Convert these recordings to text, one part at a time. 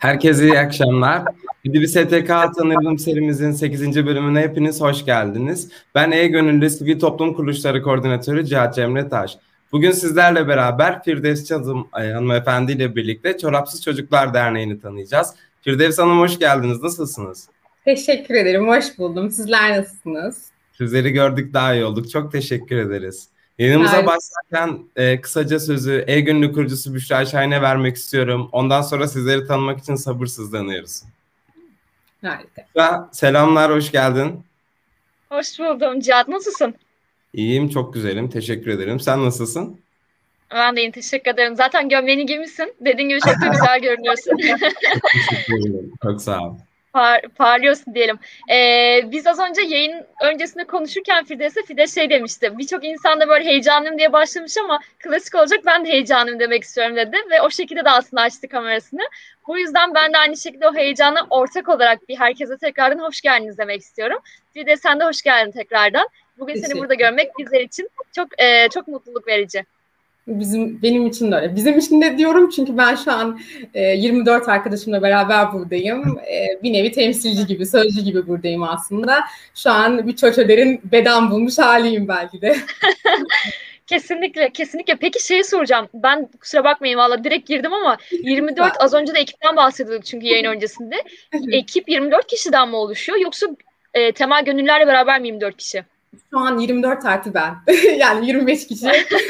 Herkese iyi akşamlar. Bir STK Tanıyalım serimizin 8. bölümüne hepiniz hoş geldiniz. Ben E-Gönüllü Sivil Toplum Kuruluşları Koordinatörü Cihat Cemre Taş. Bugün sizlerle beraber Firdevs Çazım hanımefendi ile birlikte Çorapsız Çocuklar Derneği'ni tanıyacağız. Firdevs Hanım hoş geldiniz. Nasılsınız? Teşekkür ederim. Hoş buldum. Sizler nasılsınız? Sizleri gördük daha iyi olduk. Çok teşekkür ederiz. Yayınımıza Harika. başlarken kısaca sözü E-Gönüllü kurucusu Büşra Şahin'e vermek istiyorum. Ondan sonra sizleri tanımak için sabırsızlanıyoruz. Harika. Selamlar, hoş geldin. Hoş buldum Cihat. Nasılsın? İyiyim, çok güzelim. Teşekkür ederim. Sen nasılsın? Ben de iyiyim. Teşekkür ederim. Zaten gömleğini giymişsin. Dediğin gibi çok da güzel görünüyorsun. Teşekkür ederim. Çok sağ ol. Parlıyorsun diyelim. Biz az önce yayın öncesinde konuşurken Fide şey demişti. Birçok insan da böyle heyecanlıyım diye başlamış ama klasik olacak ben de heyecanlıyım demek istiyorum dedi. Ve o şekilde de aslında açtı kamerasını. Bu yüzden ben de aynı şekilde o heyecana ortak olarak bir herkese tekrardan hoş geldiniz demek istiyorum. Fide sen de hoş geldin tekrardan. Bugün seni burada görmek bizler için çok mutluluk verici. Benim için de öyle. Bizim için de diyorum çünkü ben şu an 24 arkadaşımla beraber buradayım. Bir nevi temsilci gibi, sözcü gibi buradayım aslında. Şu an bir çoçölerin beden bulmuş haliyim belki de. Kesinlikle, kesinlikle. Peki şeyi soracağım. Ben kusura bakmayın valla direkt girdim ama 24 az önce de ekipten bahsediyorduk çünkü yayın öncesinde. Ekip 24 kişiden mi oluşuyor yoksa temel gönüllülerle beraber mi 24 kişi? Şu an 24 artı ben. Yani 25 kişi.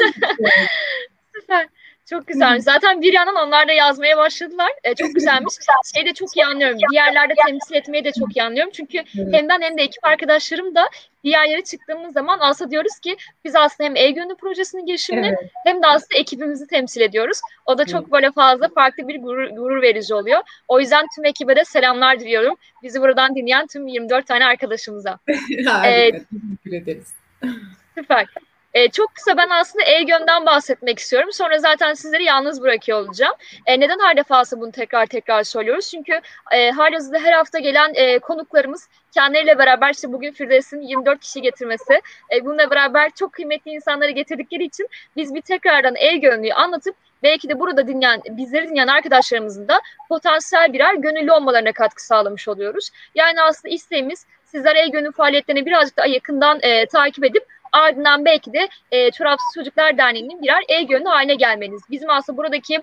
Süper. Çok güzelmiş. Zaten bir yandan onlar da yazmaya başladılar. Çok güzelmiş. Şeyi de çok iyi anlıyorum. Bir yerlerde temsil etmeyi de çok iyi anlıyorum. Çünkü hem de ekip arkadaşlarım da bir yerlere çıktığımız zaman aslında diyoruz ki biz aslında hem E-Gönüllü projesinin girişimini hem de aslında ekibimizi temsil ediyoruz. O da çok böyle fazla farklı bir gurur verici oluyor. O yüzden tüm ekibe de selamlar diliyorum. Bizi buradan dinleyen tüm 24 tane arkadaşımıza. Harika. Teşekkür ederiz. Süper. Çok kısa ben aslında E-Gön'den bahsetmek istiyorum. Sonra zaten sizleri yalnız bırakıyor olacağım. Neden her defasında bunu tekrar söylüyoruz? Çünkü halihazırda her hafta gelen konuklarımız kendileriyle beraber işte bugün Firdevs'in 24 kişi getirmesi, bununla beraber çok kıymetli insanları getirdikleri için biz bir tekrardan E-Gönlü'yü anlatıp belki de burada bizleri dinleyen arkadaşlarımızın da potansiyel birer gönüllü olmalarına katkı sağlamış oluyoruz. Yani aslında isteğimiz sizler E-Gönlü faaliyetlerini birazcık daha yakından takip edip ardından belki de Çorapsız Çocuklar Derneği'nin birer E-Gönlü haline gelmeniz. Bizim aslında buradaki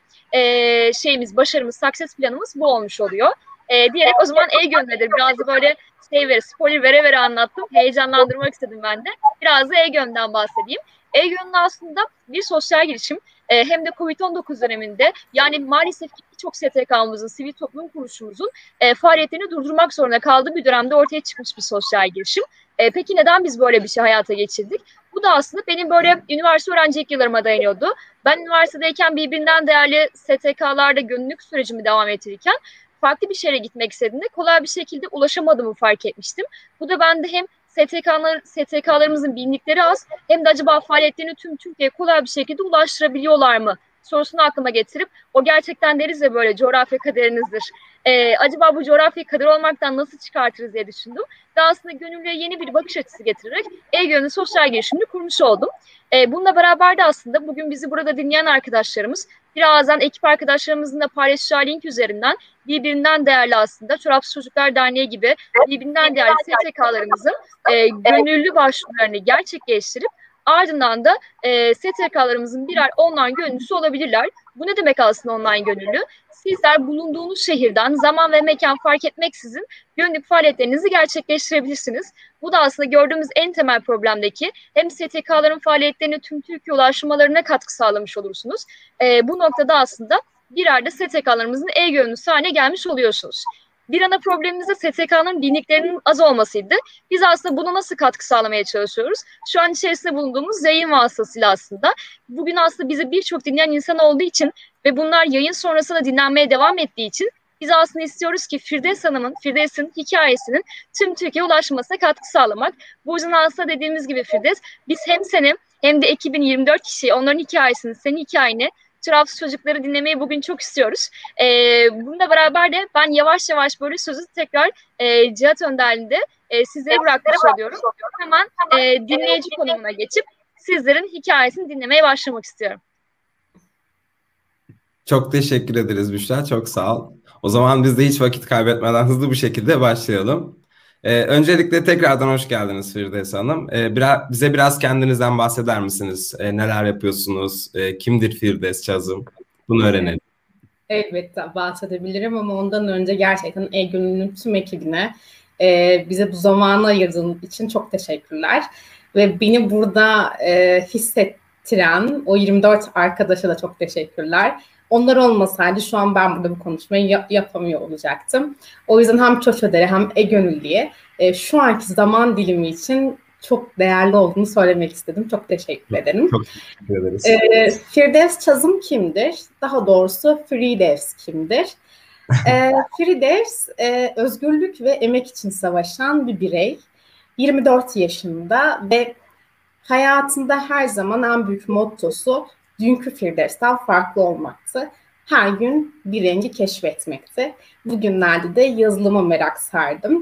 başarımız, success planımız bu olmuş oluyor. Diyerek o zaman E-Gönlü'nedir. Biraz da böyle spoiler vere anlattım. Heyecanlandırmak istedim ben de. Biraz da E-Gönlü'den bahsedeyim. E-Gönlü aslında bir sosyal girişim. Hem de Covid-19 döneminde yani maalesef ki birçok STK'mızın, sivil toplum kuruluşumuzun faaliyetlerini durdurmak zorunda kaldığı bir dönemde ortaya çıkmış bir sosyal girişim. Peki neden biz böyle bir şey hayata geçirdik? Bu da aslında benim böyle üniversite öğrencilik yıllarıma dayanıyordu. Ben üniversitedeyken birbirinden değerli STK'larda gönüllülük sürecimi devam ettirirken farklı bir şehre gitmek istediğimde kolay bir şekilde ulaşamadığımı fark etmiştim. Bu da bende hem STK'larımızın bildikleri az hem de acaba faaliyetlerini tüm Türkiye'ye kolay bir şekilde ulaştırabiliyorlar mı sorusunu aklıma getirip o gerçekten deriz ya böyle coğrafya kaderinizdir. Acaba bu coğrafya kader olmaktan nasıl çıkartırız diye düşündüm. Ve aslında gönüllüye yeni bir bakış açısı getirerek E-Gönlü sosyal girişimini kurmuş oldum. Bununla beraber de aslında bugün bizi burada dinleyen arkadaşlarımız birazdan ekip arkadaşlarımızın da paylaşacağı link üzerinden birbirinden değerli aslında Çorapsız Çocuklar Derneği gibi birbirinden değerli STK'larımızın gönüllü başvurularını gerçekleştirip ardından da STK'larımızın birer online gönüllüsü olabilirler. Bu ne demek aslında online gönüllü? Sizler bulunduğunuz şehirden zaman ve mekan fark etmeksizin gönüllülük faaliyetlerinizi gerçekleştirebilirsiniz. Bu da aslında gördüğümüz en temel problemdeki hem STK'ların faaliyetlerini tüm Türkiye ulaştırmalarına katkı sağlamış olursunuz. Bu noktada aslında birer de STK'larımızın E-Gönüllüsü haline gelmiş oluyorsunuz. Bir ana problemimiz de STK'nın dinliklerinin az olmasıydı. Biz aslında buna nasıl katkı sağlamaya çalışıyoruz? Şu an içerisinde bulunduğumuz yayın vasıtasıyla aslında. Bugün aslında bizi birçok dinleyen insan olduğu için ve bunlar yayın sonrasında dinlenmeye devam ettiği için biz aslında istiyoruz ki Firdevs'in hikayesinin tüm Türkiye'ye ulaşmasına katkı sağlamak. Bu yüzden aslında dediğimiz gibi Firdevs, biz hem seni hem de ekibin 24 kişi, onların hikayesini, senin hikayeni, Çorapsız Çocukları dinlemeyi bugün çok istiyoruz. Bununla beraber de ben yavaş yavaş böyle sözü tekrar Cihat önderliğinde sizlere bırakmış oluyorum. Hemen dinleyici konumuna geçip sizlerin hikayesini dinlemeye başlamak istiyorum. Çok teşekkür ederiz Büşra. Çok sağ ol. O zaman biz de hiç vakit kaybetmeden hızlı bir şekilde başlayalım. Öncelikle tekrardan hoş geldiniz Firdevs Hanım. Bize biraz kendinizden bahseder misiniz? Neler yapıyorsunuz? Kimdir Firdevs Çazım? Bunu öğrenelim. Elbette bahsedebilirim ama ondan önce gerçekten E-Gönül'ün tüm ekibine bize bu zamanı ayırdığınız için çok teşekkürler. Ve beni burada hissettiren o 24 arkadaşa da çok teşekkürler. Onlar olmasaydı şu an ben burada bu konuşmayı yapamıyor olacaktım. O yüzden hem Çoçodere hem E-Gönül diye şu anki zaman dilimi için çok değerli olduğunu söylemek istedim. Çok teşekkür ederim. Çok teşekkür ederiz. Firdevs Çazım kimdir? Daha doğrusu Firdevs kimdir? Firdevs özgürlük ve emek için savaşan bir birey. 24 yaşında ve hayatında her zaman en büyük mottosu dünkü Firdevs'ten farklı olmaktı. Her gün bir rengi keşfetmekti. Bugünlerde de yazılıma merak sardım.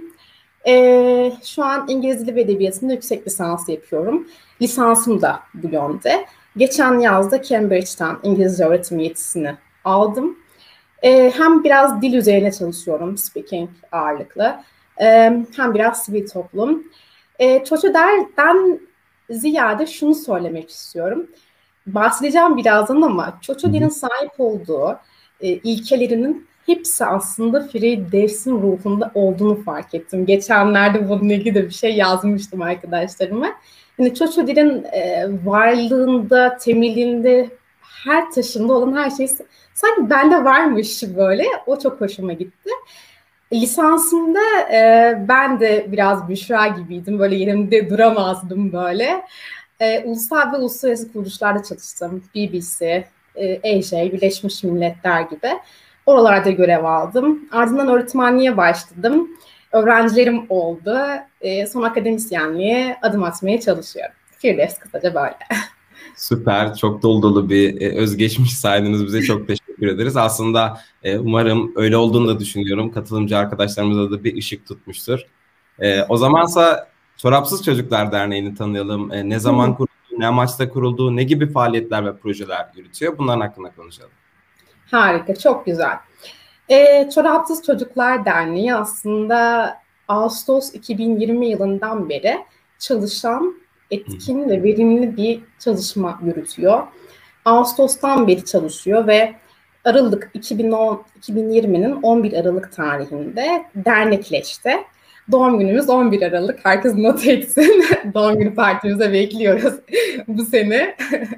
Şu an İngiliz Dili ve Edebiyatı'nda yüksek lisans yapıyorum. Lisansım da bu yönde. Geçen yazda Cambridge'den İngilizce öğretim yetisini aldım. Hem biraz dil üzerine çalışıyorum, speaking ağırlıklı. Hem biraz sivil toplum. Çoçoder'den ziyade şunu söylemek istiyorum. Bahsedeceğim birazdan ama Çoçoder'in sahip olduğu ilkelerinin hepsi aslında Firdevs'in ruhunda olduğunu fark ettim. Geçenlerde bununla ilgili de bir şey yazmıştım arkadaşlarıma. Yani Çoçoder'in varlığında, temelinde, her taşında olan her şey sanki bende varmış böyle. O çok hoşuma gitti. Lisansımda ben de biraz Büşra gibiydim. Böyle yerimde duramazdım böyle. Ulusal ve uluslararası kuruluşlarda çalıştım. BBC, EJ, Birleşmiş Milletler gibi. Oralarda görev aldım. Ardından öğretmenliğe başladım. Öğrencilerim oldu. Son akademisyenliğe adım atmaya çalışıyorum. Firdevs kısaca böyle. Süper, çok dolu dolu bir özgeçmiş saydınız bize. Çok teşekkür ederiz. Aslında umarım öyle olduğunu da düşünüyorum. Katılımcı arkadaşlarımıza da bir ışık tutmuştur. O zamansa Çorapsız Çocuklar Derneği'ni tanıyalım. Ne zaman kuruldu, ne amaçla kuruldu, ne gibi faaliyetler ve projeler yürütüyor? Bunların hakkında konuşalım. Harika, çok güzel. Çorapsız Çocuklar Derneği aslında Ağustos 2020 yılından beri çalışan, etkin ve verimli bir çalışma yürütüyor. Ağustos'tan beri çalışıyor ve Aralık 2020'nin 11 Aralık tarihinde dernekleşti. Doğum günümüz 11 Aralık. Herkes not etsin. Doğum günü partimize bekliyoruz bu sene.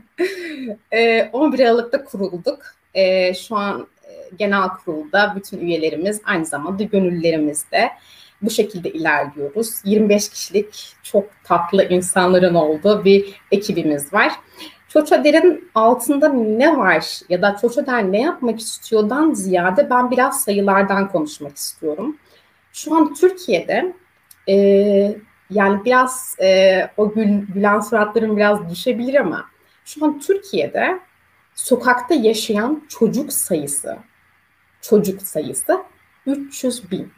11 Aralık'ta kurulduk. Şu an genel kurulda bütün üyelerimiz aynı zamanda gönüllülerimiz de bu şekilde ilerliyoruz. 25 kişilik çok tatlı insanların olduğu bir ekibimiz var. Çoçoder'in altında ne var ya da Çoçoder ne yapmak istiyordan ziyade ben biraz sayılardan konuşmak istiyorum. Şu an Türkiye'de yani biraz o gülen suratların biraz düşebilir ama şu an Türkiye'de sokakta yaşayan çocuk sayısı 300 bin.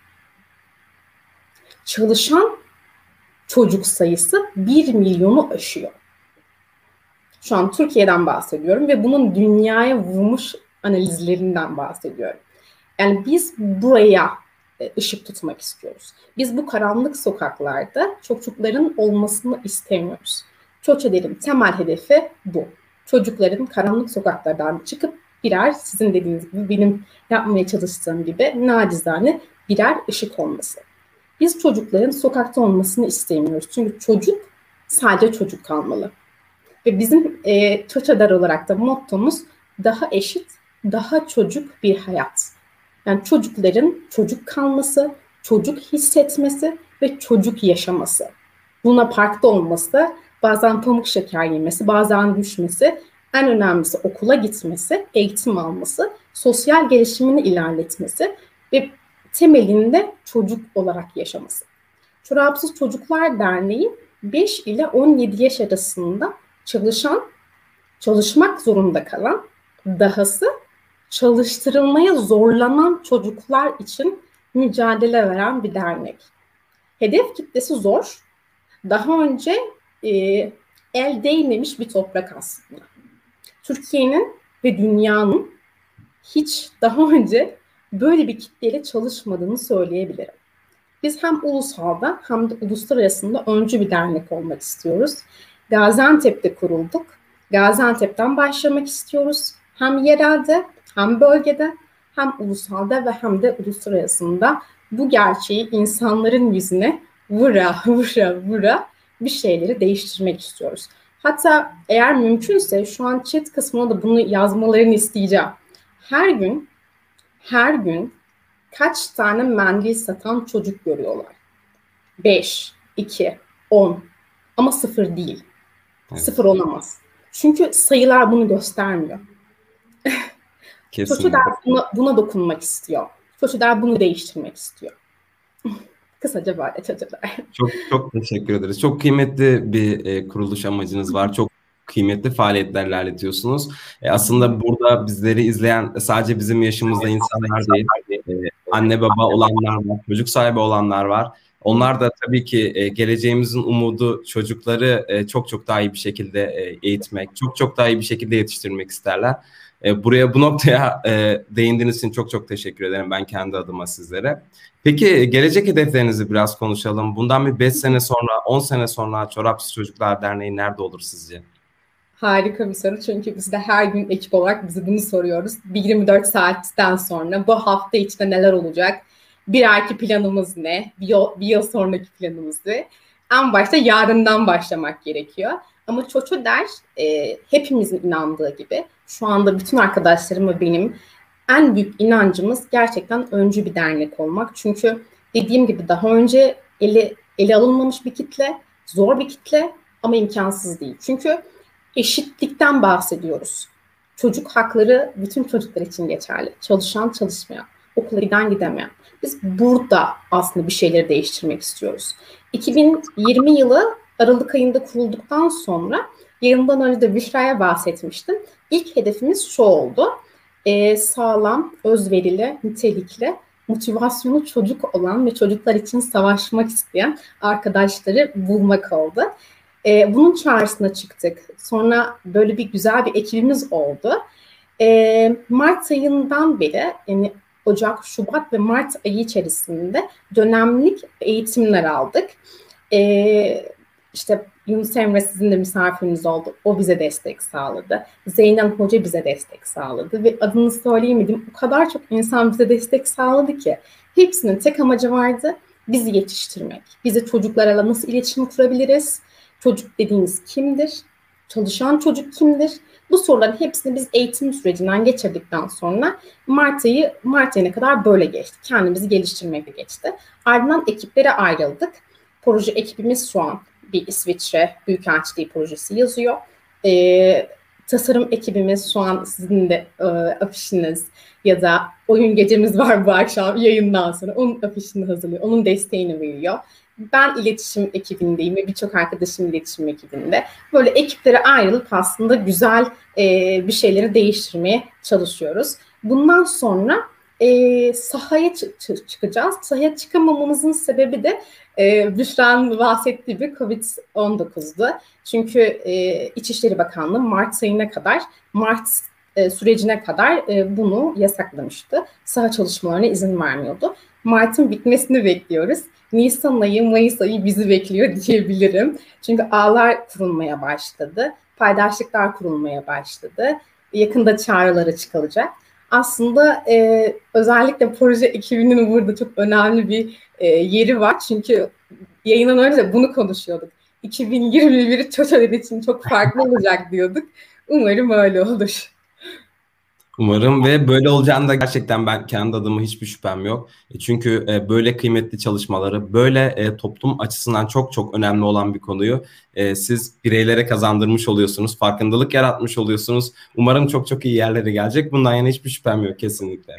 Çalışan çocuk sayısı 1 milyonu aşıyor. Şu an Türkiye'den bahsediyorum ve bunun dünyaya vurmuş analizlerinden bahsediyorum. Yani biz buraya ışık tutmak istiyoruz. Biz bu karanlık sokaklarda çocukların olmasını istemiyoruz. Çoçoder'in temel hedefi bu. Çocukların karanlık sokaklardan çıkıp birer, sizin dediğiniz gibi, benim yapmaya çalıştığım gibi nacizane birer ışık olması. Biz çocukların sokakta olmasını istemiyoruz. Çünkü çocuk sadece çocuk kalmalı. Ve bizim Çoçoder olarak da mottomuz daha eşit, daha çocuk bir hayat. Yani çocukların çocuk kalması, çocuk hissetmesi ve çocuk yaşaması. Buna parkta olması, bazen pamuk şeker yemesi, bazen düşmesi, en önemlisi okula gitmesi, eğitim alması, sosyal gelişimini ilerletmesi ve temelinde çocuk olarak yaşaması. Çorapsız Çocuklar Derneği 5 ile 17 yaş arasında çalışmak zorunda kalan, dahası çalıştırılmaya zorlanan çocuklar için mücadele veren bir dernek. Hedef kitlesi zor. Daha önce el değmemiş bir toprak aslında. Türkiye'nin ve dünyanın hiç daha önce böyle bir kitleyle çalışmadığını söyleyebilirim. Biz hem ulusalda hem de uluslararası öncü bir dernek olmak istiyoruz. Gaziantep'te kurulduk. Gaziantep'ten başlamak istiyoruz. Hem yerelde, hem bölgede, hem ulusalda ve hem de uluslararasında bu gerçeği insanların yüzüne vura bir şeyleri değiştirmek istiyoruz. Hatta eğer mümkünse şu an chat kısmına da bunu yazmalarını isteyeceğim. Her gün kaç tane mendil satan çocuk görüyorlar? 5, 2, 10 ama 0 değil. Evet. 0 olamaz. Çünkü sayılar bunu göstermiyor. Çocuğu buna dokunmak istiyor. Çocuğu bunu değiştirmek istiyor. Kısaca böyle çocuklar. Çok teşekkür ederiz. Çok kıymetli bir kuruluş amacınız var. Çok kıymetli faaliyetler ilerletiyorsunuz. Aslında burada bizleri izleyen sadece bizim yaşımızda insanlar değil, anne baba olanlar var, çocuk sahibi olanlar var. Onlar da tabii ki geleceğimizin umudu, çocukları çok daha iyi bir şekilde eğitmek, çok daha iyi bir şekilde yetiştirmek isterler. Bu noktaya değindiğiniz için çok teşekkür ederim ben kendi adıma sizlere. Peki gelecek hedeflerinizi biraz konuşalım. Bundan bir 5 sene sonra, 10 sene sonra Çorapsız Çocuklar Derneği nerede olur sizce? Harika bir soru çünkü biz de her gün ekip olarak bize bunu soruyoruz. 24 saatten sonra bu hafta içinde neler olacak? Bir ayki planımız ne? Bir yıl sonraki planımız ne? En başta yarından başlamak gerekiyor. Ama Çoço Ders hepimizin inandığı gibi şu anda bütün arkadaşlarım ve benim en büyük inancımız gerçekten öncü bir dernek olmak. Çünkü dediğim gibi daha önce ele alınmamış bir kitle, zor bir kitle ama imkansız değil. Çünkü eşitlikten bahsediyoruz. Çocuk hakları bütün çocuklar için geçerli. Çalışan, çalışmayan, okula giden, gidemeyen. Biz burada aslında bir şeyleri değiştirmek istiyoruz. 2020 yılı Aralık ayında kurulduktan sonra yayından önce de Büşra'ya bahsetmiştim. İlk hedefimiz şu oldu. Sağlam, özverili, nitelikli, motivasyonu çocuk olan ve çocuklar için savaşmak isteyen arkadaşları bulmak oldu. Bunun çağrısına çıktık. Sonra böyle güzel bir ekibimiz oldu. Mart ayından beri yani Ocak, Şubat ve Mart ayı içerisinde dönemlik eğitimler aldık. İşte Yunus Emre sizin de misafiriniz oldu. O bize destek sağladı. Zeynep Hoca bize destek sağladı. Ve adını söyleyemedim. O kadar çok insan bize destek sağladı ki. Hepsinin tek amacı vardı. Bizi yetiştirmek. Bize çocuklarla nasıl iletişim kurabiliriz? Çocuk dediğiniz kimdir? Çalışan çocuk kimdir? Bu soruların hepsini biz eğitim sürecinden geçirdikten sonra Mart ayına kadar böyle geçti. Kendimizi geliştirmekle geçti. Ardından ekiplere ayrıldık. Proje ekibimiz şu an bir İsviçre Büyükelçiliği projesi yazıyor. Tasarım ekibimiz şu an sizin de afişiniz ya da oyun gecemiz var bu akşam yayından sonra. Onun afişini hazırlıyor, onun desteğini veriyor. Ben iletişim ekibindeyim ve birçok arkadaşım iletişim ekibinde. Böyle ekiplere ayrılıp aslında güzel bir şeyleri değiştirmeye çalışıyoruz. Bundan sonra sahaya çıkacağız. Sahaya çıkamamamızın sebebi de Büşra'nın bahsettiği bir Covid-19'du. Çünkü İçişleri Bakanlığı Mart sürecine kadar bunu yasaklamıştı. Saha çalışmalarına izin vermiyordu. Mart'ın bitmesini bekliyoruz. Nisan ayı, Mayıs ayı bizi bekliyor diyebilirim. Çünkü ağlar kurulmaya başladı. Paydaşlıklar kurulmaya başladı. Yakında çağrılara çıkılacak. Aslında özellikle proje ekibinin burada çok önemli bir yeri var. Çünkü yayından önce de bunu konuşuyorduk. 2021 çocuklar için çok farklı olacak diyorduk. Umarım öyle olur. Umarım ve böyle olacağını da gerçekten ben kendi adıma hiçbir şüphem yok. Çünkü böyle kıymetli çalışmaları, böyle toplum açısından çok önemli olan bir konuyu siz bireylere kazandırmış oluyorsunuz, farkındalık yaratmış oluyorsunuz. Umarım çok iyi yerlere gelecek. Bundan yana hiçbir şüphem yok kesinlikle.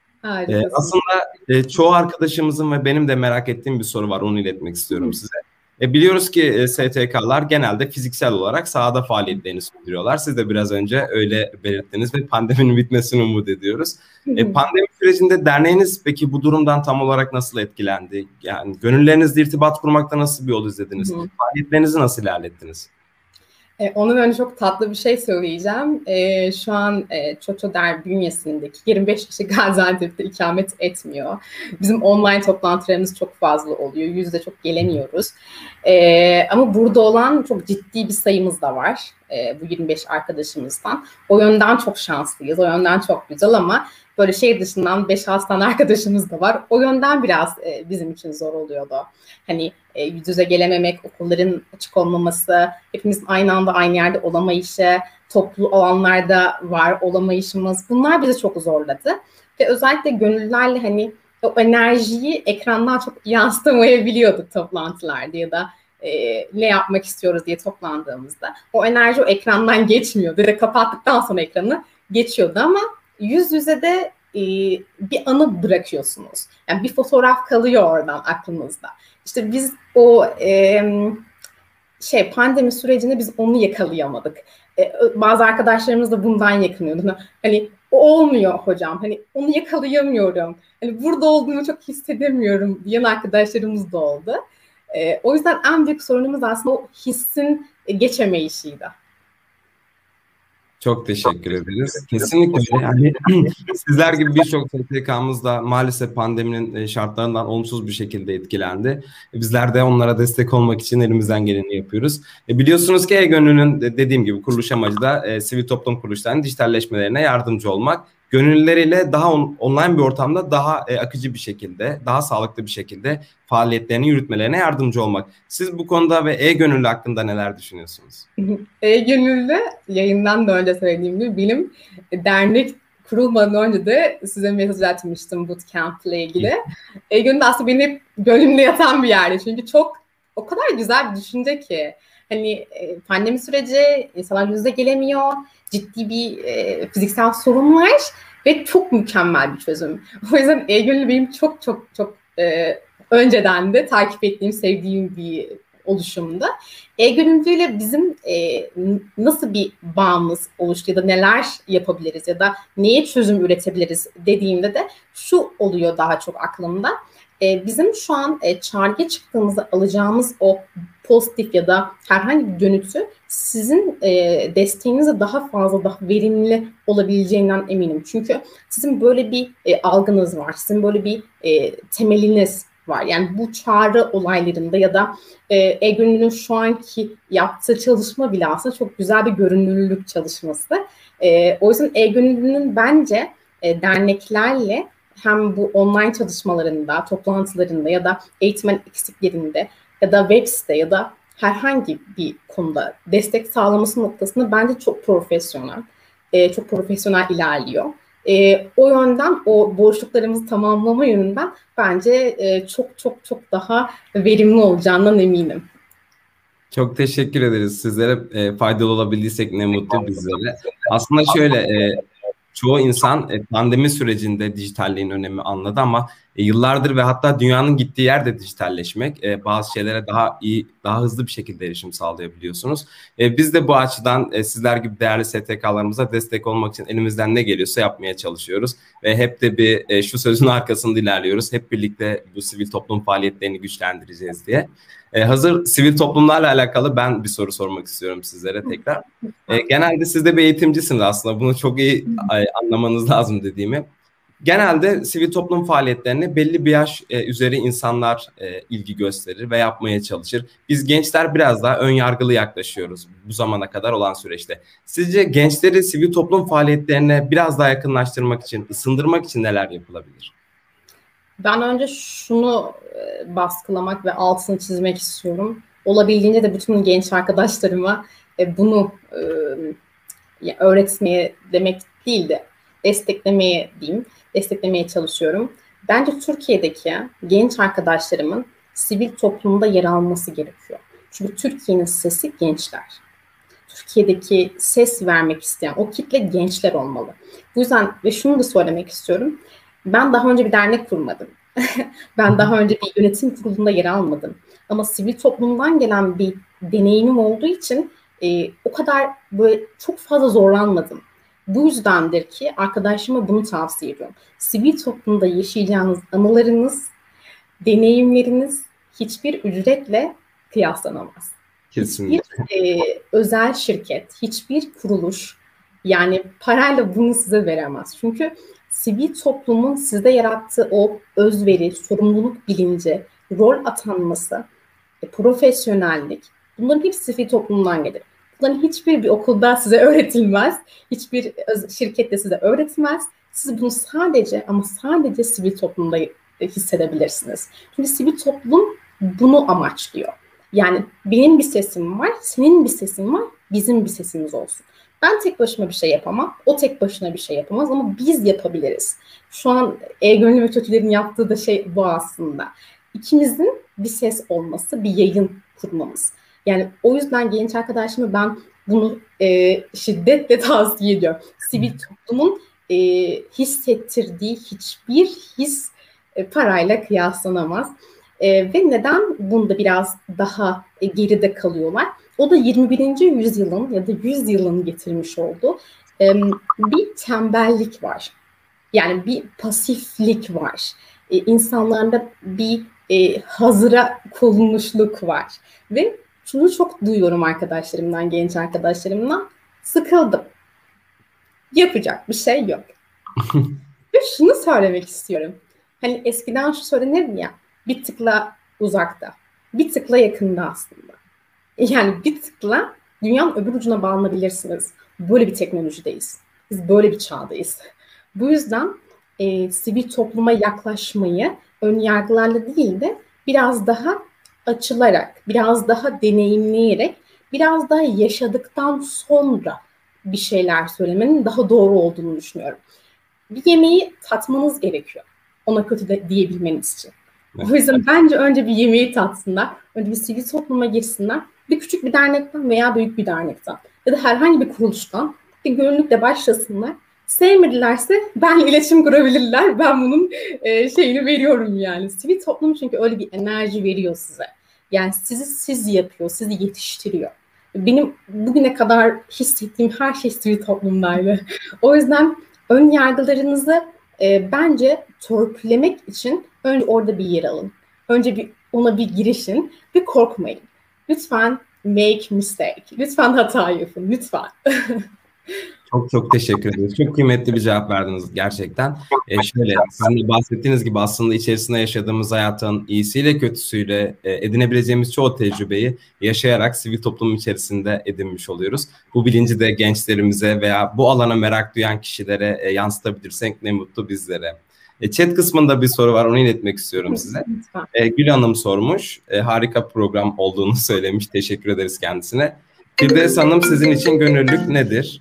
Aslında çoğu arkadaşımızın ve benim de merak ettiğim bir soru var, onu iletmek istiyorum size. Biliyoruz ki STK'lar genelde fiziksel olarak sahada faaliyetlerini sürdürüyorlar. Siz de biraz önce öyle belirttiniz ve pandeminin bitmesini umut ediyoruz. Pandemi sürecinde derneğiniz peki bu durumdan tam olarak nasıl etkilendi? Yani gönüllerinizle irtibat kurmakta nasıl bir yol izlediniz? Faaliyetlerinizi nasıl ilerlettiniz? Onun önce çok tatlı bir şey söyleyeceğim. Şu an Çoçoder bünyesindeki 25 kişi Gaziantep'te ikamet etmiyor. Bizim online toplantılarımız çok fazla oluyor. Yüzde çok gelemiyoruz. Ama burada olan çok ciddi bir sayımız da var. Bu 25 arkadaşımızdan. O yönden çok şanslıyız. O yönden çok güzel ama böyle şey dışından 5-6 tane arkadaşımız da var. O yönden biraz bizim için zor oluyordu. Hani yüz yüze gelememek, okulların açık olmaması, hepimizin aynı anda aynı yerde olamayışı, toplu alanlarda var olamayışımız, bunlar bizi çok zorladı. Ve özellikle gönüllülerle hani o enerjiyi ekrandan çok yansıtamayabiliyorduk toplantılarda ya da ne yapmak istiyoruz diye toplandığımızda. O enerji o ekrandan geçmiyordu. Direkt kapattıktan sonra ekranı geçiyordu ama yüz yüze de bir anı bırakıyorsunuz. Yani bir fotoğraf kalıyor oradan aklınızda. İşte biz o pandemi sürecinde biz onu yakalayamadık. Bazı arkadaşlarımız da bundan yakınıyordu. Hani o olmuyor hocam. Hani onu yakalayamıyorum. Hani burada olduğumu çok hissedemiyorum diyen arkadaşlarımız da oldu. O yüzden en büyük sorunumuz aslında o hissin geçemeyişiydi. Çok teşekkür ederiz. Kesinlikle öyle. Yani sizler gibi birçok STK'mız da maalesef pandeminin şartlarından olumsuz bir şekilde etkilendi. Bizler de onlara destek olmak için elimizden geleni yapıyoruz. Biliyorsunuz ki E-Gönül'ün dediğim gibi kuruluş amacı da sivil toplum kuruluşlarının dijitalleşmelerine yardımcı olmak. Gönüllüleriyle daha online bir ortamda daha akıcı bir şekilde, daha sağlıklı bir şekilde faaliyetlerini yürütmelerine yardımcı olmak. Siz bu konuda ve E-Gönüllü hakkında neler düşünüyorsunuz? E-Gönüllü yayından da önce söylediğim gibi benim dernek kurulmadan önce de size mesaj atmıştım bootcamp ile ilgili. E-Gönüllü aslında benim hep gönlümde yatan bir yerde. Çünkü çok o kadar güzel bir düşünce ki. Hani pandemi süreci insanlar yüzde gelemiyor. Ciddi bir fiziksel sorun var ve çok mükemmel bir çözüm. O yüzden E-Gönüllü benim çok önceden de takip ettiğim, sevdiğim bir oluşumda. E-Gönüllüyle bizim nasıl bir bağımız oluştu ya da neler yapabiliriz ya da neye çözüm üretebiliriz dediğimde de şu oluyor daha çok aklımda. Bizim şu an çağrıya çıktığımızda alacağımız o pozitif ya da herhangi bir dönütü sizin desteğinizle daha fazla, daha verimli olabileceğinden eminim. Çünkü sizin böyle bir algınız var, sizin böyle bir temeliniz var. Yani bu çağrı olaylarında ya da E-Gönüllü'nün şu anki yaptığı çalışma bile aslında çok güzel bir görünürlülük çalışması. O yüzden E-Gönüllü'nün bence derneklerle hem bu online çalışmalarında, toplantılarında ya da eğitmen eksiklerinde ya da web site ya da herhangi bir konuda destek sağlaması noktasında bence çok profesyonel ilerliyor. O yönden o boşluklarımızı tamamlama yönünden bence çok daha verimli olacağından eminim. Çok teşekkür ederiz. Sizlere faydalı olabildiysek ne mutlu bizlere. Aslında şöyle çoğu insan pandemi sürecinde dijitalliğin önemi anladı ama yıllardır ve hatta dünyanın gittiği yerde dijitalleşmek, bazı şeylere daha iyi, daha hızlı bir şekilde erişim sağlayabiliyorsunuz. Biz de bu açıdan sizler gibi değerli STK'larımıza destek olmak için elimizden ne geliyorsa yapmaya çalışıyoruz ve hep de bir şu sözün arkasında ilerliyoruz. Hep birlikte bu sivil toplum faaliyetlerini güçlendireceğiz diye. Hazır sivil toplumlarla alakalı ben bir soru sormak istiyorum sizlere tekrar. Genelde siz de bir eğitimcisiniz aslında. Bunu çok iyi anlamanız lazım dediğimi. Genelde sivil toplum faaliyetlerine belli bir yaş üzeri insanlar ilgi gösterir ve yapmaya çalışır. Biz gençler biraz daha ön yargılı yaklaşıyoruz bu zamana kadar olan süreçte. Sizce gençleri sivil toplum faaliyetlerine biraz daha yakınlaştırmak için, ısındırmak için neler yapılabilir? Ben önce şunu baskılamak ve altını çizmek istiyorum. Olabildiğince de bütün genç arkadaşlarıma bunu öğretmeye demek değil de desteklemeye çalışıyorum. Bence Türkiye'deki genç arkadaşlarımın sivil toplumda yer alması gerekiyor. Çünkü Türkiye'nin sesi gençler. Türkiye'deki ses vermek isteyen o kitle gençler olmalı. Bu yüzden ve şunu da söylemek istiyorum. Ben daha önce bir dernek kurmadım. Ben daha önce bir yönetim kurulunda yer almadım. Ama sivil toplumdan gelen bir deneyimim olduğu için o kadar böyle çok fazla zorlanmadım. Bu yüzdendir ki arkadaşıma bunu tavsiye ediyorum. Sivil toplumda yaşayacağınız anılarınız, deneyimleriniz hiçbir ücretle kıyaslanamaz. Hiçbir Kesinlikle. özel şirket, hiçbir kuruluş yani parayla bunu size veremez. Çünkü sivil toplumun sizde yarattığı o özveri, sorumluluk bilinci, rol atanması, profesyonellik, bunların hepsi sivil toplumdan gelir. Bunların hiçbir bir okulda size öğretilmez, hiçbir şirkette size öğretilmez. Siz bunu sadece ama sadece sivil toplumda hissedebilirsiniz. Çünkü sivil toplum bunu amaçlıyor. Yani benim bir sesim var, senin bir sesin var, bizim bir sesimiz olsun. Ben tek başıma bir şey yapamam, o tek başına bir şey yapamaz ama biz yapabiliriz. Şu an E-Gönüllü ve Kötülerin yaptığı da şey bu aslında. İkimizin bir ses olması, bir yayın kurmamız. Yani o yüzden genç arkadaşlarıma ben bunu şiddetle tavsiye ediyorum. Sivil toplumun hissettirdiği hiçbir his parayla kıyaslanamaz. Ve neden bunda biraz daha geride kalıyorlar? O da 21. yüzyılın ya da 100 yılın getirmiş olduğu bir tembellik var. Yani bir pasiflik var. İnsanlarda bir hazıra konulmuşluk var. Ve şunu çok duyuyorum arkadaşlarımdan, genç arkadaşlarımdan. Sıkıldım. Yapacak bir şey yok. Ve şunu söylemek istiyorum. Hani eskiden şu söylenirdi ya, bir tıkla uzakta, bir tıkla yakında aslında. Yani bir tıkla dünyanın öbür ucuna bağlanabilirsiniz. Böyle bir teknolojideyiz. Biz böyle bir çağdayız. Bu yüzden sivil topluma yaklaşmayı ön yargılarla değil de biraz daha açılarak, biraz daha deneyimleyerek, biraz daha yaşadıktan sonra bir şeyler söylemenin daha doğru olduğunu düşünüyorum. Bir yemeği tatmanız gerekiyor. Ona kötü de diyebilmeniz için. O yüzden bence önce bir yemeği tatsınlar. Önce bir sivil topluma girsinler. Bir küçük bir dernekten veya büyük bir dernekten ya da herhangi bir kuruluştan bir gönüllülükle başlasınlar. Sevmedilerse benle iletişim kurabilirler. Ben bunun şeyini veriyorum yani. Sivil toplum çünkü öyle bir enerji veriyor size. Yani sizi siz yapıyor, sizi yetiştiriyor. Benim bugüne kadar hissettiğim her şey sivil toplumdaydı. O yüzden ön yargılarınızı bence törpülemek için önce orada bir yer alın. Önce bir ona bir girişin ve korkmayın. Lütfen make mistake. Lütfen hata yapın. Lütfen. Çok çok teşekkür ederiz. Çok kıymetli bir cevap verdiniz gerçekten. Şöyle, sizin de bahsettiğiniz gibi aslında içerisinde yaşadığımız hayatın iyisiyle kötüsüyle edinebileceğimiz çoğu tecrübeyi yaşayarak sivil toplum içerisinde edinmiş oluyoruz. Bu bilinci de gençlerimize veya bu alana merak duyan kişilere yansıtabilirsek ne mutlu bizlere. Chat kısmında bir soru var, onu iletmek istiyorum size. Gül Hanım sormuş, harika program olduğunu söylemiş. Teşekkür ederiz kendisine. Firdevs Hanım, sizin için gönüllülük nedir?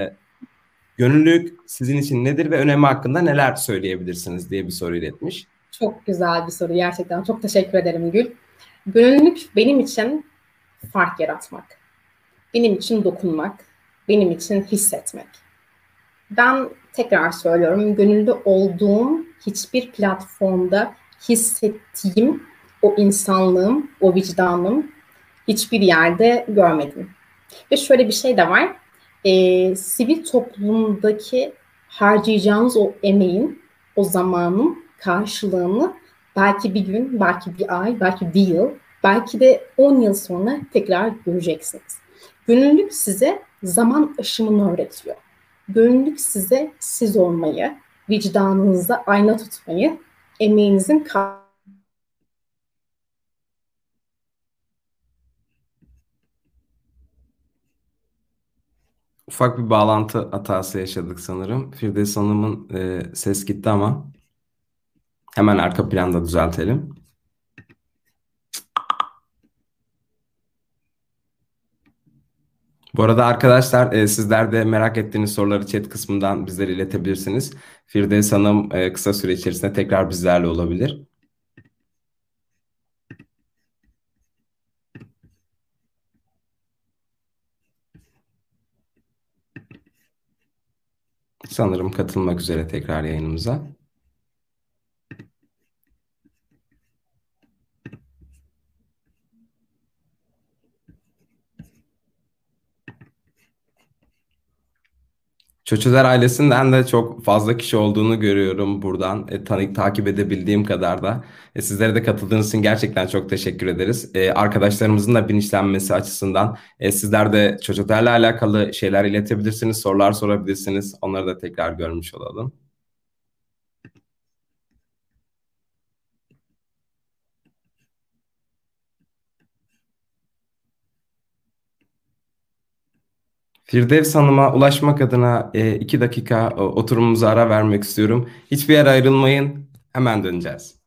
Gönüllülük sizin için nedir ve önemi hakkında neler söyleyebilirsiniz diye bir soru iletmiş. Çok güzel bir soru gerçekten. Çok teşekkür ederim Gül. Gönüllülük benim için fark yaratmak. Benim için dokunmak. Benim için hissetmek. Ben tekrar söylüyorum, gönüllü olduğum hiçbir platformda hissettiğim o insanlığım, o vicdanım hiçbir yerde görmedim. Ve şöyle bir şey de var, sivil toplumdaki harcayacağınız o emeğin, o zamanın karşılığını belki bir gün, belki bir ay, belki bir yıl, belki de 10 yıl sonra tekrar göreceksiniz. Gönüllülük size zaman aşımını öğretiyor. Gönüllülük size siz olmayı, vicdanınızda ayna tutmayı, emeğinizin Ufak bir bağlantı hatası yaşadık sanırım. Firdevs Hanım'ın ses gitti ama hemen arka planda düzeltelim. Bu arada arkadaşlar sizler de merak ettiğiniz soruları chat kısmından bizlere iletebilirsiniz. Firdevs Hanım kısa süre içerisinde tekrar bizlerle olabilir. Sanırım katılmak üzere tekrar yayınımıza. Çoçözer ailesinden de çok fazla kişi olduğunu görüyorum buradan. Takip edebildiğim kadar da. Sizlere de katıldığınız için gerçekten çok teşekkür ederiz. Arkadaşlarımızın da bilinçlenmesi açısından sizler de Çoçözer'le alakalı şeyler iletebilirsiniz, sorular sorabilirsiniz. Onları da tekrar görmüş olalım. Firdevs Hanım'a ulaşmak adına 2 dakika oturumumuza ara vermek istiyorum. Hiçbir yere ayrılmayın. Hemen döneceğiz.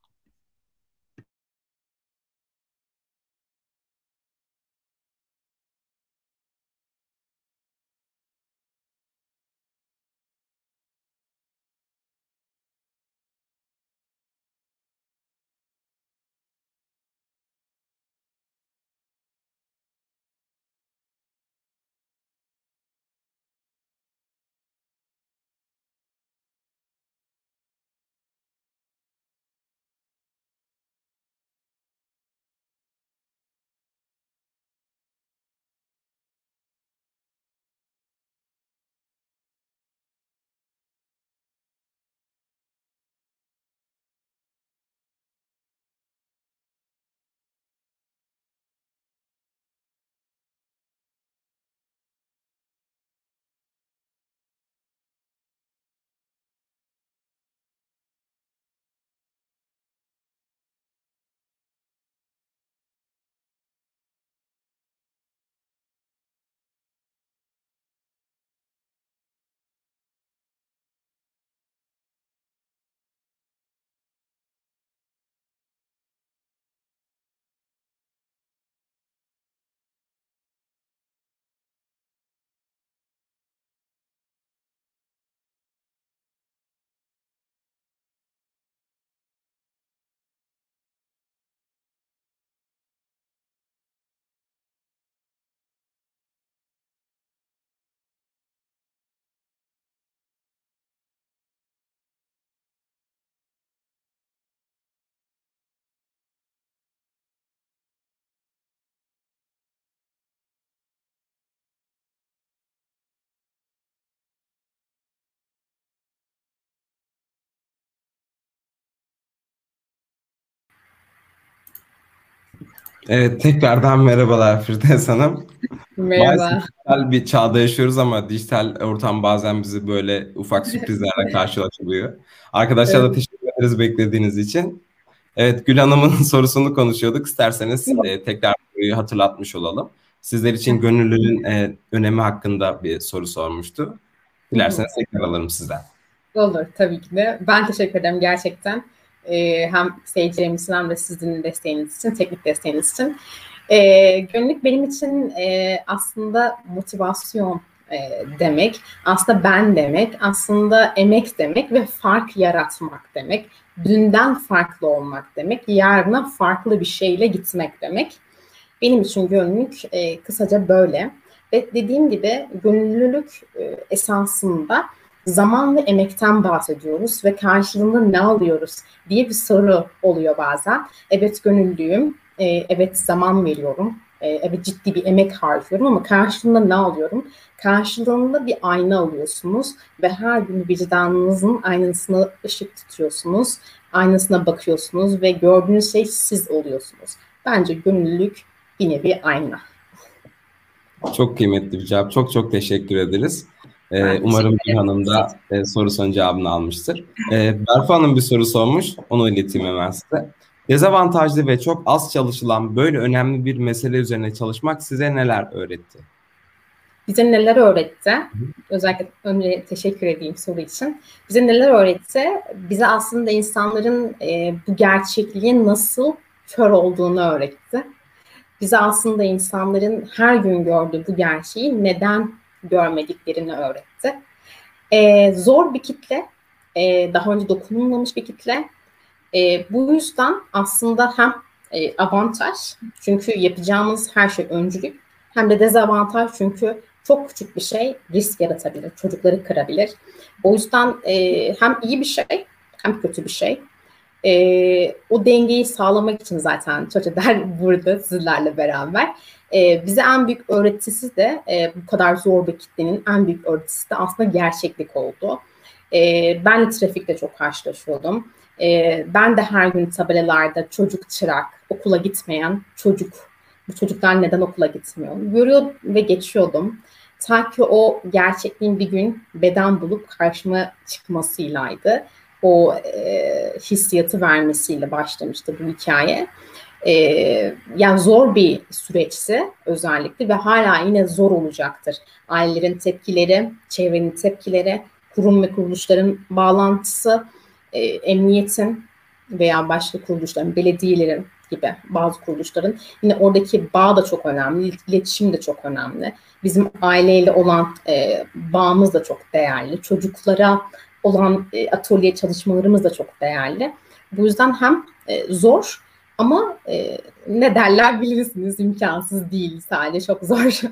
Evet, tekrardan merhabalar Firdevs Hanım. Maalesef Merhaba. dijital bir çağda yaşıyoruz ama dijital ortam bazen bizi böyle ufak sürprizlerle karşılaştırıyor. Arkadaşlar da Evet. teşekkür ederiz beklediğiniz için. Evet, Gül Hanım'ın sorusunu konuşuyorduk. İsterseniz tekrar soruyu hatırlatmış olalım. Sizler için gönüllülüğün önemi hakkında bir soru sormuştu. Dilerseniz tekrar alalım sizden. Olur tabii ki de. Ben teşekkür ederim gerçekten. Hem seyircilerimizin hem de sizin desteğiniz için, teknik desteğiniz için. Gönüllülük benim için aslında motivasyon demek, aslında ben demek, aslında emek demek ve fark yaratmak demek. Dünden farklı olmak demek, yarına farklı bir şeyle gitmek demek. Benim için gönüllülük kısaca böyle. Ve dediğim gibi gönüllülük esasında zaman ve emekten bahsediyoruz ve karşılığında ne alıyoruz diye bir soru oluyor bazen. Evet gönüllüyüm, evet zaman veriyorum, evet ciddi bir emek harcıyorum ama karşılığında ne alıyorum? Karşılığında bir ayna alıyorsunuz ve her gün vicdanınızın aynasına ışık tutuyorsunuz, aynasına bakıyorsunuz ve gördüğünüz şey siz oluyorsunuz. Bence gönüllülük bir nevi ayna. Çok kıymetli bir cevap. Çok çok teşekkür ederiz. Umarım Gül Hanım da sorusunun cevabını almıştır. Berfu Hanım bir soru sormuş. Onu ileteyim hemen size. Dezavantajlı ve çok az çalışılan böyle önemli bir mesele üzerine çalışmak size neler öğretti? Bize neler öğretti? Özellikle önce teşekkür edeyim soru için. Bize neler öğretti? Bize aslında insanların bu gerçekliğe nasıl kör olduğunu öğretti. Bize aslında insanların her gün gördüğü bu gerçeği neden görmediklerini öğretti. Zor bir kitle, daha önce dokunulmamış bir kitle. Bu yüzden aslında hem avantaj, çünkü yapacağımız her şey öncülük, hem de dezavantaj çünkü çok küçük bir şey risk yaratabilir, çocukları kırabilir. O yüzden hem iyi bir şey hem kötü bir şey. O dengeyi sağlamak için zaten Çoçözer burada sizlerle beraber. Bize en büyük öğretisi de bu kadar zor bir kitlenin en büyük öğretisi de aslında gerçeklik oldu. Ben de trafikte çok karşılaşıyordum. Ben de her gün tabelalarda çocuk çırak, okula gitmeyen çocuk, bu çocuklar neden okula gitmiyor? Görüyor ve geçiyordum. Ta ki o gerçekliğin bir gün beden bulup karşıma çıkmasıylaydı. O hissiyatı vermesiyle başlamıştı bu hikaye. Yani zor bir süreçti özellikle ve hala yine zor olacaktır. Ailelerin tepkileri, çevrenin tepkileri, kurum ve kuruluşların bağlantısı, emniyetin veya başka kuruluşların, belediyelerin gibi bazı kuruluşların yine oradaki bağ da çok önemli, iletişim de çok önemli. Bizim aileyle olan bağımız da çok değerli. Çocuklara olan atölye çalışmalarımız da çok değerli. Bu yüzden hem zor ama ne derler bilirsiniz, imkansız değil, sadece çok zor.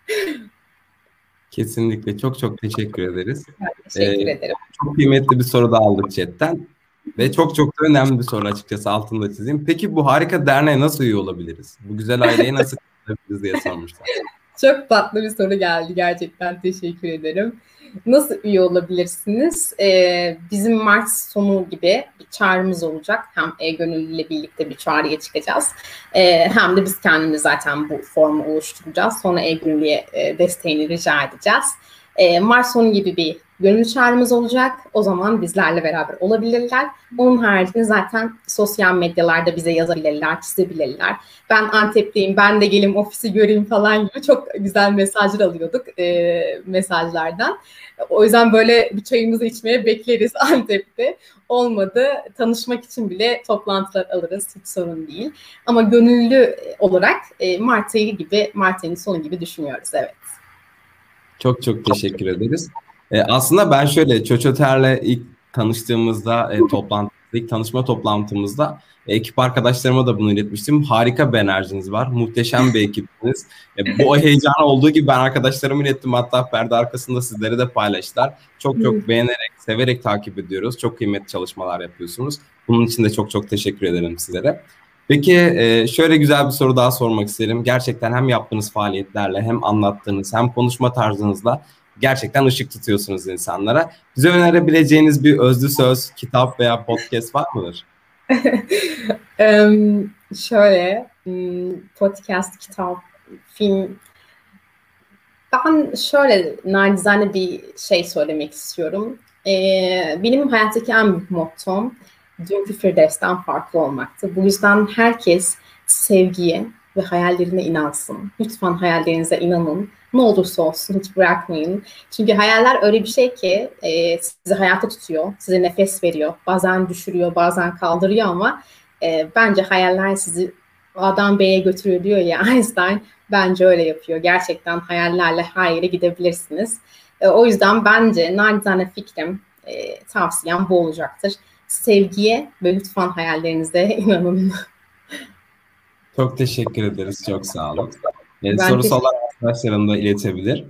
Kesinlikle. Çok çok teşekkür ederiz. Teşekkür ederim. Çok kıymetli bir soru da aldık chatten. Ve çok çok da önemli bir soru, açıkçası altını da çizeyim. Peki bu harika derneğe nasıl üye olabiliriz? Bu güzel aileye nasıl katılabiliriz diye sormuşlar. Çok tatlı bir soru geldi. Gerçekten teşekkür ederim. Nasıl üye olabilirsiniz? Bizim Mart sonu gibi bir çağrımız olacak. Hem E-Gönüllü ile birlikte bir çağrıya çıkacağız. Hem de biz kendimiz zaten bu formu oluşturacağız. Sonra E-Gönüllü'ye desteğini rica edeceğiz. Mart sonu gibi bir gönüllü çağrımız olacak. O zaman bizlerle beraber olabilirler. Onun haricinde zaten sosyal medyalarda bize yazabilirler, çizebilirler. Ben Antep'teyim, ben de gelin ofisi göreyim falan gibi çok güzel mesajlar alıyorduk mesajlardan. O yüzden böyle bir çayımızı içmeye bekleriz Antep'te. Olmadı, tanışmak için bile toplantılar alırız, hiç sorun değil. Ama gönüllü olarak Mart ayı gibi, Mart ayının sonu gibi düşünüyoruz, evet. Çok çok teşekkür ederiz. Aslında ben şöyle Çoçoter'le ilk tanıştığımızda ilk tanışma toplantımızda ekip arkadaşlarıma da bunu iletmiştim. Harika bir enerjiniz var. Muhteşem bir ekipsiniz. Bu heyecanı olduğu gibi ben arkadaşlarıma ilettim. Hatta perde arkasında sizlere de paylaştılar. Çok çok beğenerek, severek takip ediyoruz. Çok kıymetli çalışmalar yapıyorsunuz. Bunun için de çok çok teşekkür ederim sizlere. Peki şöyle güzel bir soru daha sormak isterim. Gerçekten hem yaptığınız faaliyetlerle hem anlattığınız hem konuşma tarzınızla gerçekten ışık tutuyorsunuz insanlara. Bize önerebileceğiniz bir özlü söz, kitap veya podcast var mıdır? Şöyle podcast, kitap, film. Ben şöyle nacizane bir şey söylemek istiyorum. Benim hayattaki en büyük mottom dünkü Firdevs'ten farklı olmaktı. Bu yüzden herkes sevgiye ve hayallerine inansın. Lütfen hayallerinize inanın. Ne olursa olsun hiç bırakmayın. Çünkü hayaller öyle bir şey ki sizi hayatta tutuyor, size nefes veriyor. Bazen düşürüyor, bazen kaldırıyor ama bence hayaller sizi A'dan B'ye götürüyor diyor ya Einstein. Bence öyle yapıyor. Gerçekten hayallerle her yere gidebilirsiniz. O yüzden bence nacizane fikrim, tavsiyem bu olacaktır. Sevgiye ve lütfen hayallerinize inanın. Çok teşekkür ederiz. Çok sağ olun. Sorusu olan arkadaşlarım da iletebilir.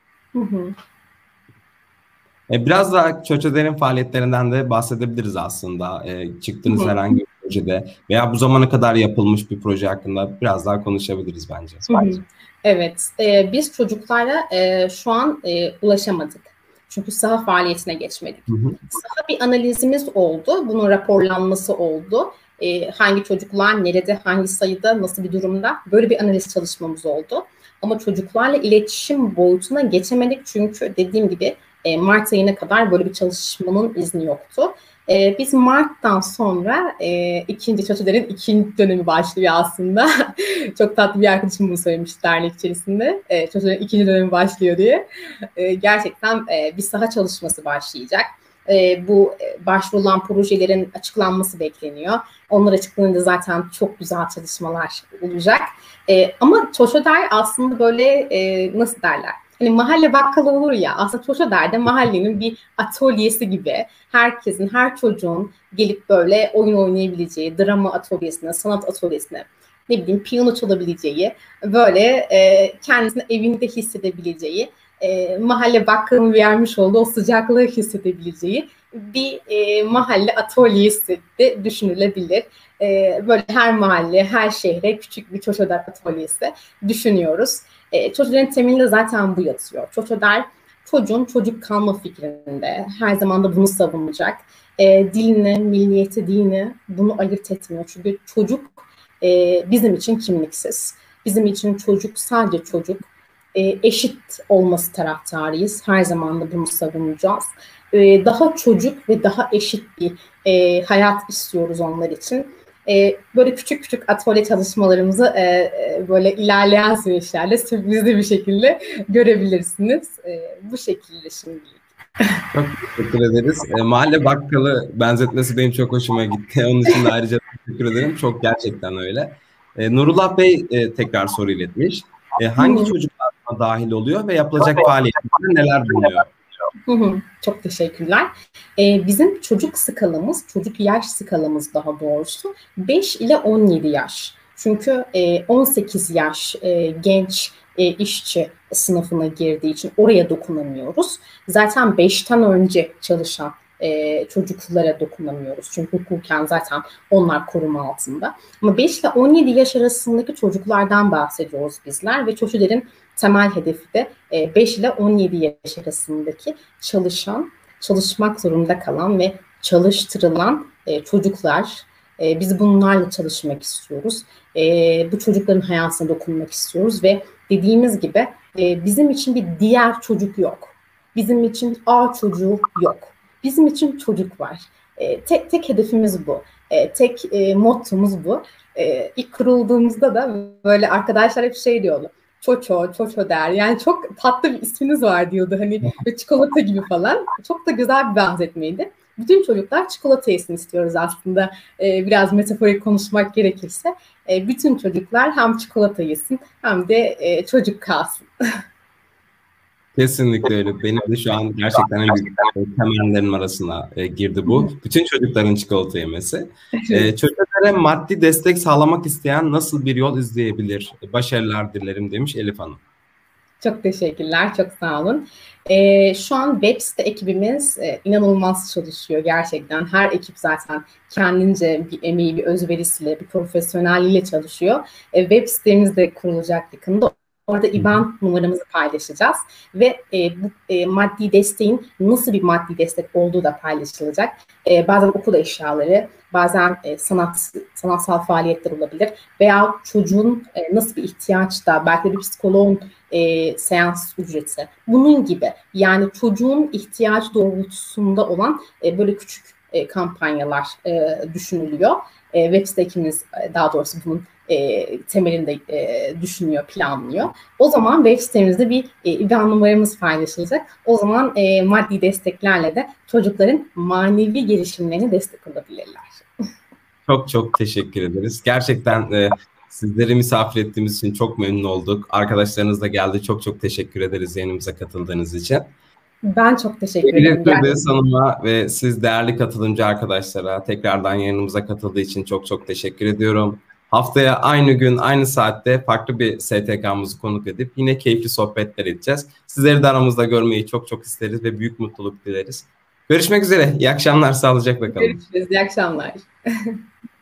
Biraz daha Çoçoter'in faaliyetlerinden de bahsedebiliriz aslında. Çıktığınız herhangi bir projede veya bu zamana kadar yapılmış bir proje hakkında biraz daha konuşabiliriz bence. Evet, biz çocuklara şu an ulaşamadık. Çünkü saha faaliyetine geçmedik. Saha bir analizimiz oldu, bunun raporlanması oldu. Hangi çocuklar nerede, hangi sayıda, nasıl bir durumda, böyle bir analiz çalışmamız oldu. Ama çocuklarla iletişim boyutuna geçemedik çünkü dediğim gibi Mart ayına kadar böyle bir çalışmanın izni yoktu. Biz Mart'tan sonra Çoçoter'in ikinci dönemi başlıyor aslında. Çok tatlı bir arkadaşım bunu söylemiş dernek içerisinde. Çoçoter'in ikinci dönemi başlıyor diye. Gerçekten bir saha çalışması başlayacak. Bu başvurulan projelerin açıklanması bekleniyor. Onlar açıklanınca zaten çok güzel çalışmalar olacak. Ama Çoçoter aslında böyle nasıl derler? Hani mahalle bakkalı olur ya, aslında Çoçoter'de mahallenin bir atölyesi gibi. Herkesin, her çocuğun gelip böyle oyun oynayabileceği, drama atölyesine, sanat atölyesine, ne bileyim piyano çalabileceği, böyle kendisini evinde hissedebileceği, mahalle bakkalının vermiş olduğu o sıcaklığı hissedebileceği bir mahalle atölyesi de düşünülebilir. Böyle her mahalle, her şehre küçük bir Çoçoder atölyesi düşünüyoruz. Çoçoder'in temelinde zaten bu yatıyor. Çoçoder çocuğun çocuk kalma fikrinde. Her zaman da bunu savunacak. Dilini, milliyeti, dini bunu ayırt etmiyor. Çünkü çocuk bizim için kimliksiz. Bizim için çocuk sadece çocuk. Eşit olması taraftarıyız. Her zaman da bunu savunacağız. Daha çocuk ve daha eşit bir hayat istiyoruz onlar için. Böyle küçük küçük atölye çalışmalarımızı böyle ilerleyen süreçlerde sürprizli bir şekilde görebilirsiniz. Bu şekilde şimdilik. Çok teşekkür ederiz. Mahalle bakkalı benzetmesi benim çok hoşuma gitti. Onun için de ayrıca teşekkür ederim. Çok gerçekten öyle. Nurullah Bey tekrar soru iletmiş. Hangi çocuklar dahil oluyor ve yapılacak faaliyetlerde neler bulunuyor? Çok teşekkürler. Bizim çocuk skalamız, çocuk yaş skalamız daha doğrusu 5 ile 17 yaş. Çünkü 18 yaş genç işçi sınıfına girdiği için oraya dokunamıyoruz. Zaten 5'ten önce çalışan çocuklara dokunamıyoruz. Çünkü hukuken zaten onlar koruma altında. Ama 5 ile 17 yaş arasındaki çocuklardan bahsediyoruz bizler ve Çoçoder'in temel hedefi de 5 ile 17 yaş arasındaki çalışmak zorunda kalan ve çalıştırılan çocuklar. Biz bunlarla çalışmak istiyoruz. Bu çocukların hayatına dokunmak istiyoruz ve dediğimiz gibi bizim için bir diğer çocuk yok. Bizim için A çocuğu yok. Bizim için çocuk var. Tek hedefimiz bu. Tek mottomuz bu. İlk kurulduğumuzda da böyle arkadaşlar hep şey diyordu. Çoço der. Yani çok tatlı bir isminiz var diyordu. Hani çikolata gibi falan. Çok da güzel bir benzetmeydi. Bütün çocuklar çikolata yesin istiyoruz aslında. Biraz metaforik konuşmak gerekirse. Bütün çocuklar hem çikolata yesin hem de çocuk kalsın. Kesinlikle öyle. Benim de şu an gerçekten en büyük temellerim arasına girdi bu. Bütün çocukların çikolata yemesi. Çocuklara maddi destek sağlamak isteyen nasıl bir yol izleyebilir? Başarılar dilerim demiş Elif Hanım. Çok teşekkürler, çok sağ olun. Şu an web site ekibimiz inanılmaz çalışıyor gerçekten. Her ekip zaten kendince bir emeği, bir özverisiyle, bir profesyonelliğiyle çalışıyor. Web sitemiz de kurulacak yakında. Orada IBAN numaramızı paylaşacağız ve bu maddi desteğin nasıl bir maddi destek olduğu da paylaşılacak. Bazen okul eşyaları, bazen sanatsal faaliyetler olabilir veya çocuğun nasıl bir ihtiyaçta, belki de bir psikoloğun seans ücreti. Bunun gibi yani çocuğun ihtiyacı doğrultusunda olan böyle küçük kampanyalar düşünülüyor. Web site ekibimiz daha doğrusu bunun temelinde düşünüyor, planlıyor. O zaman web sitemizde bir IBAN numaramız paylaşılacak. O zaman maddi desteklerle de çocukların manevi gelişimlerine destek olabilirler. Çok çok teşekkür ederiz. Gerçekten sizleri misafir ettiğimiz için çok memnun olduk. Arkadaşlarınız da geldi. Çok çok teşekkür ederiz yayınımıza katıldığınız için. Ben çok teşekkür ederim. Firdevs Hanım'a ve siz değerli katılımcı arkadaşlara tekrardan yayınımıza katıldığı için çok çok teşekkür ediyorum. Haftaya aynı gün, aynı saatte farklı bir STK'mızı konuk edip yine keyifli sohbetler edeceğiz. Sizleri de aramızda görmeyi çok çok isteriz ve büyük mutluluk dileriz. Görüşmek üzere. İyi akşamlar. Sağlıcakla kalın. Görüşürüz. İyi akşamlar.